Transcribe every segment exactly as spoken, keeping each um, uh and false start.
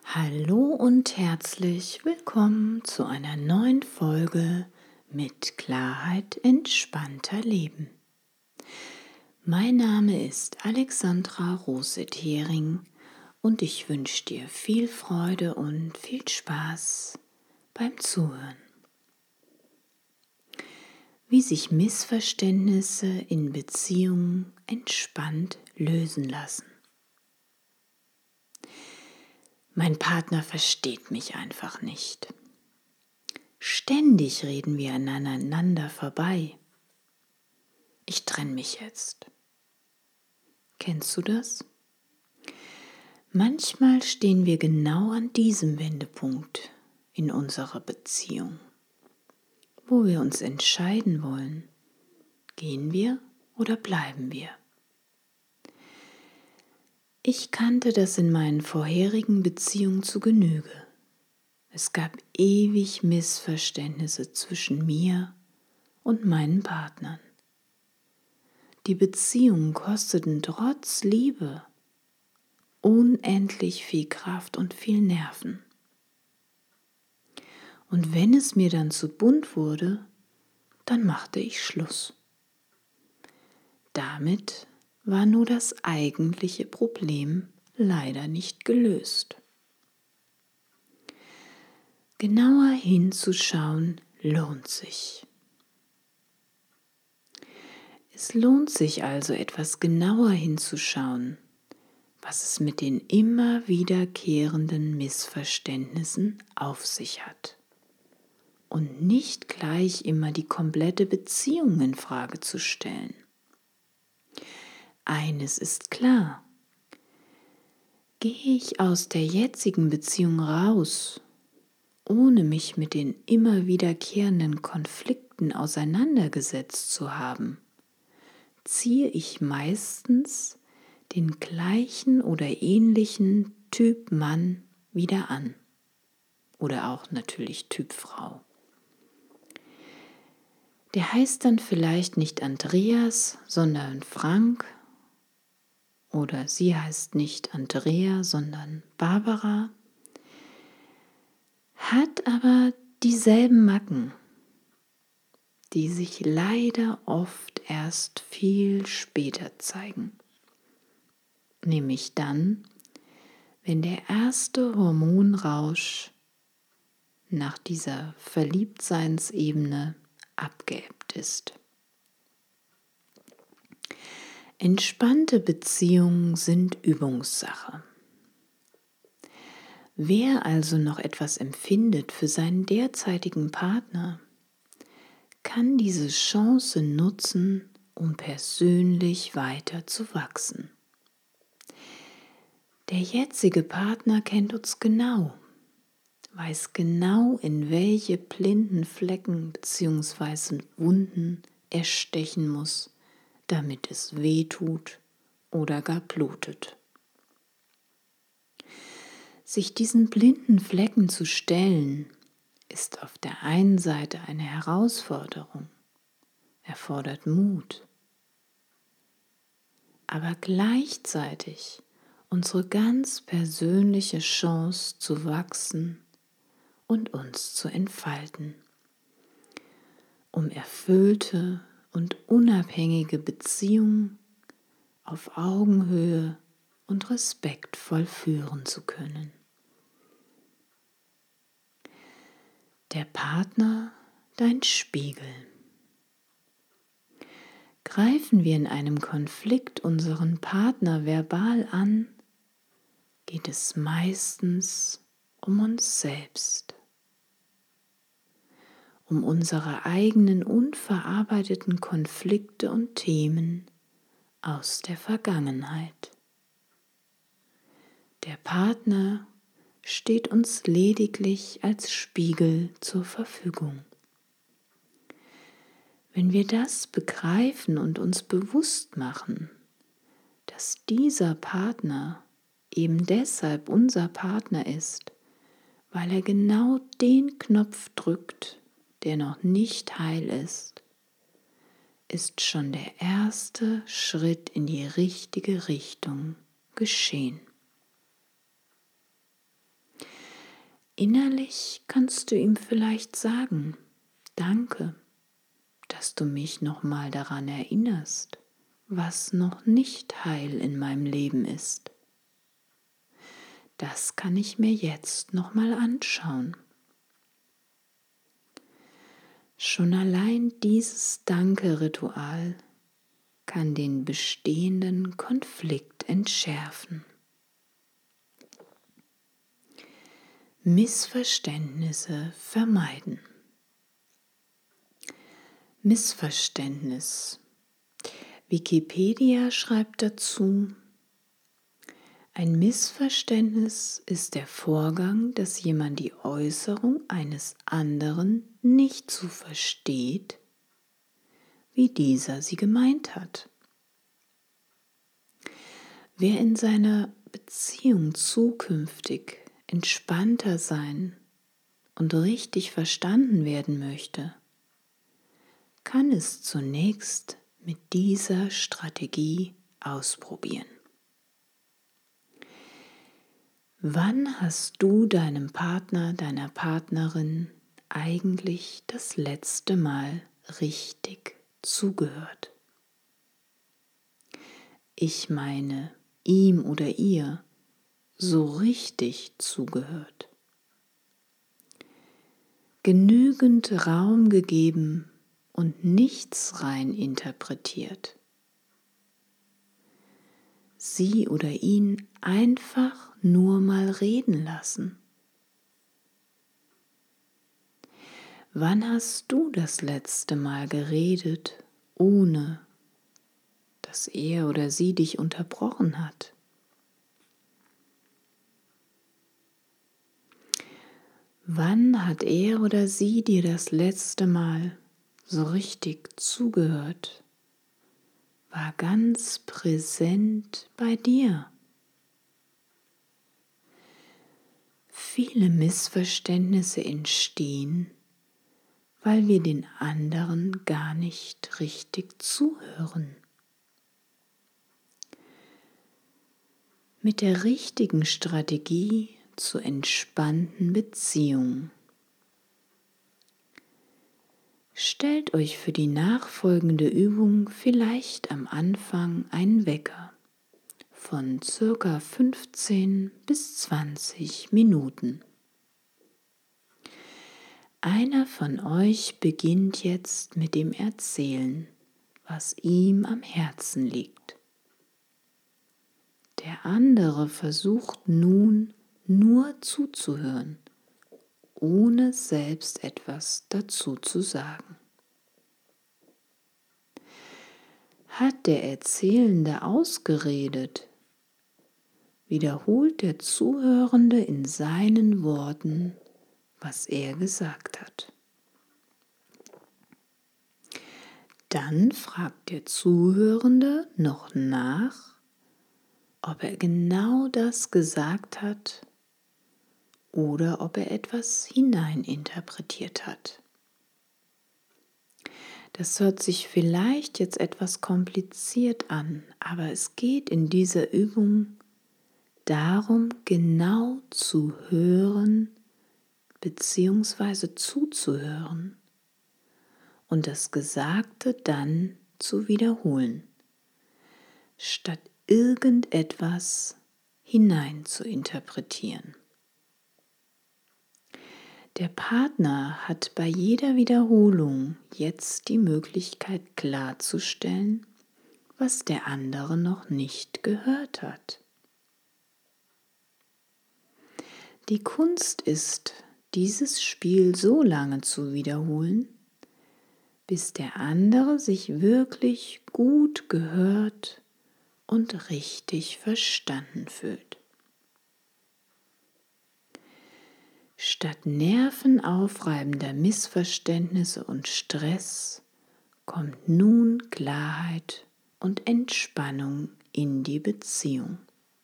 Hallo und herzlich willkommen zu einer neuen Folge mit Klarheit entspannter Leben. Mein Name ist Alexandra Roseth-Hering und ich wünsche dir viel Freude und viel Spaß beim Zuhören. Wie sich Missverständnisse in Beziehungen entspannt lösen lassen. Mein Partner versteht mich einfach nicht. Ständig reden wir aneinander vorbei. Ich trenne mich jetzt. Kennst du das? Manchmal stehen wir genau an diesem Wendepunkt in unserer Beziehung, wo wir uns entscheiden wollen, gehen wir oder bleiben wir? Ich kannte das in meinen vorherigen Beziehungen zu Genüge. Es gab ewig Missverständnisse zwischen mir und meinen Partnern. Die Beziehungen kosteten trotz Liebe unendlich viel Kraft und viel Nerven. Und wenn es mir dann zu bunt wurde, dann machte ich Schluss. Damit war nur das eigentliche Problem leider nicht gelöst. Genauer hinzuschauen lohnt sich. Es lohnt sich also, etwas genauer hinzuschauen, was es mit den immer wiederkehrenden Missverständnissen auf sich hat. Und nicht gleich immer die komplette Beziehung in Frage zu stellen. Eines ist klar: Gehe ich aus der jetzigen Beziehung raus, ohne mich mit den immer wiederkehrenden Konflikten auseinandergesetzt zu haben, ziehe ich meistens den gleichen oder ähnlichen Typ Mann wieder an. Oder auch natürlich Typ Frau. Der heißt dann vielleicht nicht Andreas, sondern Frank. Oder sie heißt nicht Andrea, sondern Barbara. Hat aber dieselben Macken, die sich leider oft erst viel später zeigen. Nämlich dann, wenn der erste Hormonrausch nach dieser Verliebtseinsebene abgeebbt ist. Entspannte Beziehungen sind Übungssache. Wer also noch etwas empfindet für seinen derzeitigen Partner, kann diese Chance nutzen, um persönlich weiter zu wachsen. Der jetzige Partner kennt uns genau, weiß genau, in welche blinden Flecken bzw. Wunden er stechen muss, damit es weh tut oder gar blutet. Sich diesen blinden Flecken zu stellen, ist auf der einen Seite eine Herausforderung, erfordert Mut, aber gleichzeitig unsere ganz persönliche Chance zu wachsen und uns zu entfalten, um erfüllte und unabhängige Beziehungen auf Augenhöhe und respektvoll führen zu können. Der Partner, dein Spiegel. Greifen wir in einem Konflikt unseren Partner verbal an, geht es meistens um uns selbst. Um unsere eigenen unverarbeiteten Konflikte und Themen aus der Vergangenheit. Der Partner steht uns lediglich als Spiegel zur Verfügung. Wenn wir das begreifen und uns bewusst machen, dass dieser Partner eben deshalb unser Partner ist, weil er genau den Knopf drückt, der noch nicht heil ist, ist schon der erste Schritt in die richtige Richtung geschehen. Innerlich kannst du ihm vielleicht sagen: Danke, dass du mich nochmal daran erinnerst, was noch nicht heil in meinem Leben ist. Das kann ich mir jetzt nochmal anschauen. Schon allein dieses Danke-Ritual kann den bestehenden Konflikt entschärfen. Missverständnisse vermeiden. Missverständnis. Wikipedia schreibt dazu: Ein Missverständnis ist der Vorgang, dass jemand die Äußerung eines anderen nicht so versteht, wie dieser sie gemeint hat. Wer in seiner Beziehung zukünftig entspannter sein und richtig verstanden werden möchte, kann es zunächst mit dieser Strategie ausprobieren. Wann hast du deinem Partner, deiner Partnerin eigentlich das letzte Mal richtig zugehört? Ich meine, ihm oder ihr so richtig zugehört. Genügend Raum gegeben und nichts rein interpretiert. Sie oder ihn einfach nur mal reden lassen. Wann hast du das letzte Mal geredet, ohne dass er oder sie dich unterbrochen hat? Wann hat er oder sie dir das letzte Mal so richtig zugehört, war ganz präsent bei dir? Viele Missverständnisse entstehen, weil wir den anderen gar nicht richtig zuhören. Mit der richtigen Strategie zur entspannten Beziehung. Stellt euch für die nachfolgende Übung vielleicht am Anfang einen Wecker von circa fünfzehn bis zwanzig Minuten. Einer von euch beginnt jetzt mit dem Erzählen, was ihm am Herzen liegt. Der andere versucht nun nur zuzuhören, ohne selbst etwas dazu zu sagen. Hat der Erzählende ausgeredet, wiederholt der Zuhörende in seinen Worten, was er gesagt hat. Dann fragt der Zuhörende noch nach, ob er genau das gesagt hat oder ob er etwas hineininterpretiert hat. Das hört sich vielleicht jetzt etwas kompliziert an, aber es geht in dieser Übung darum, genau zu hören bzw. zuzuhören und das Gesagte dann zu wiederholen, statt irgendetwas hinein zu interpretieren. Der Partner hat bei jeder Wiederholung jetzt die Möglichkeit klarzustellen, was der andere noch nicht gehört hat. Die Kunst ist, dieses Spiel so lange zu wiederholen, bis der andere sich wirklich gut gehört und richtig verstanden fühlt. Statt nervenaufreibender Missverständnisse und Stress kommt nun Klarheit und Entspannung in die Beziehung.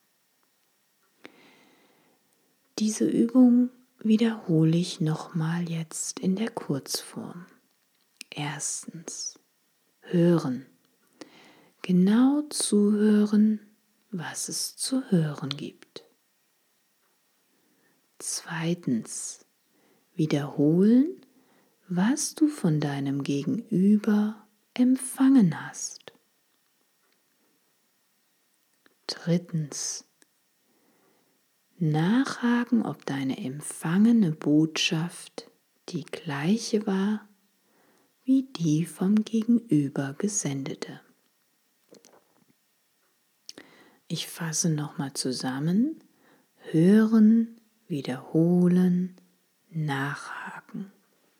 Diese Übung wiederhole ich nochmal jetzt in der Kurzform. Erstens, hören. Genau zuhören, was es zu hören gibt. Zweitens, wiederholen, was du von deinem Gegenüber empfangen hast. Drittens, nachhaken, ob deine empfangene Botschaft die gleiche war wie die vom Gegenüber gesendete. Ich fasse nochmal zusammen: hören, wiederholen, nachhaken.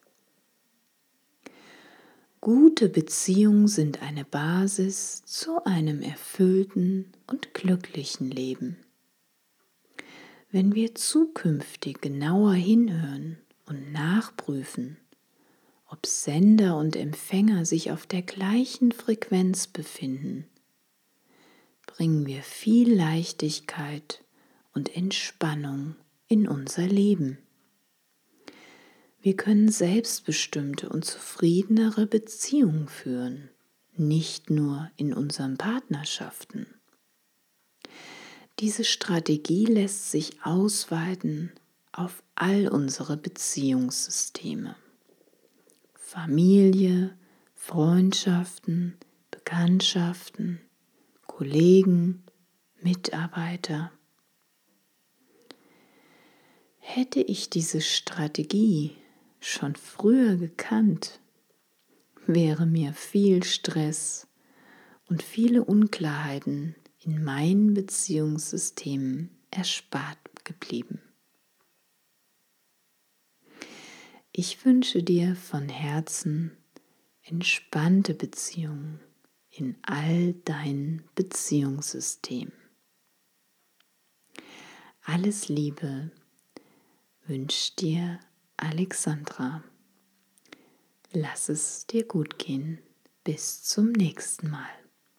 Gute Beziehungen sind eine Basis zu einem erfüllten und glücklichen Leben. Wenn wir zukünftig genauer hinhören und nachprüfen, ob Sender und Empfänger sich auf der gleichen Frequenz befinden, bringen wir viel Leichtigkeit und Entspannung in unser Leben. Wir können selbstbestimmte und zufriedenere Beziehungen führen, nicht nur in unseren Partnerschaften. Diese Strategie lässt sich ausweiten auf all unsere Beziehungssysteme. Familie, Freundschaften, Bekanntschaften, Kollegen, Mitarbeiter. Hätte ich diese Strategie schon früher gekannt, wäre mir viel Stress und viele Unklarheiten in meinen Beziehungssystemen erspart geblieben. Ich wünsche dir von Herzen entspannte Beziehungen in all deinen Beziehungssystemen. Alles Liebe wünscht dir Alexandra. Lass es dir gut gehen. Bis zum nächsten Mal.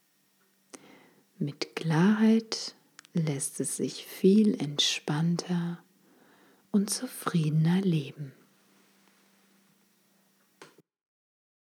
Mit Klarheit lässt es sich viel entspannter und zufriedener leben.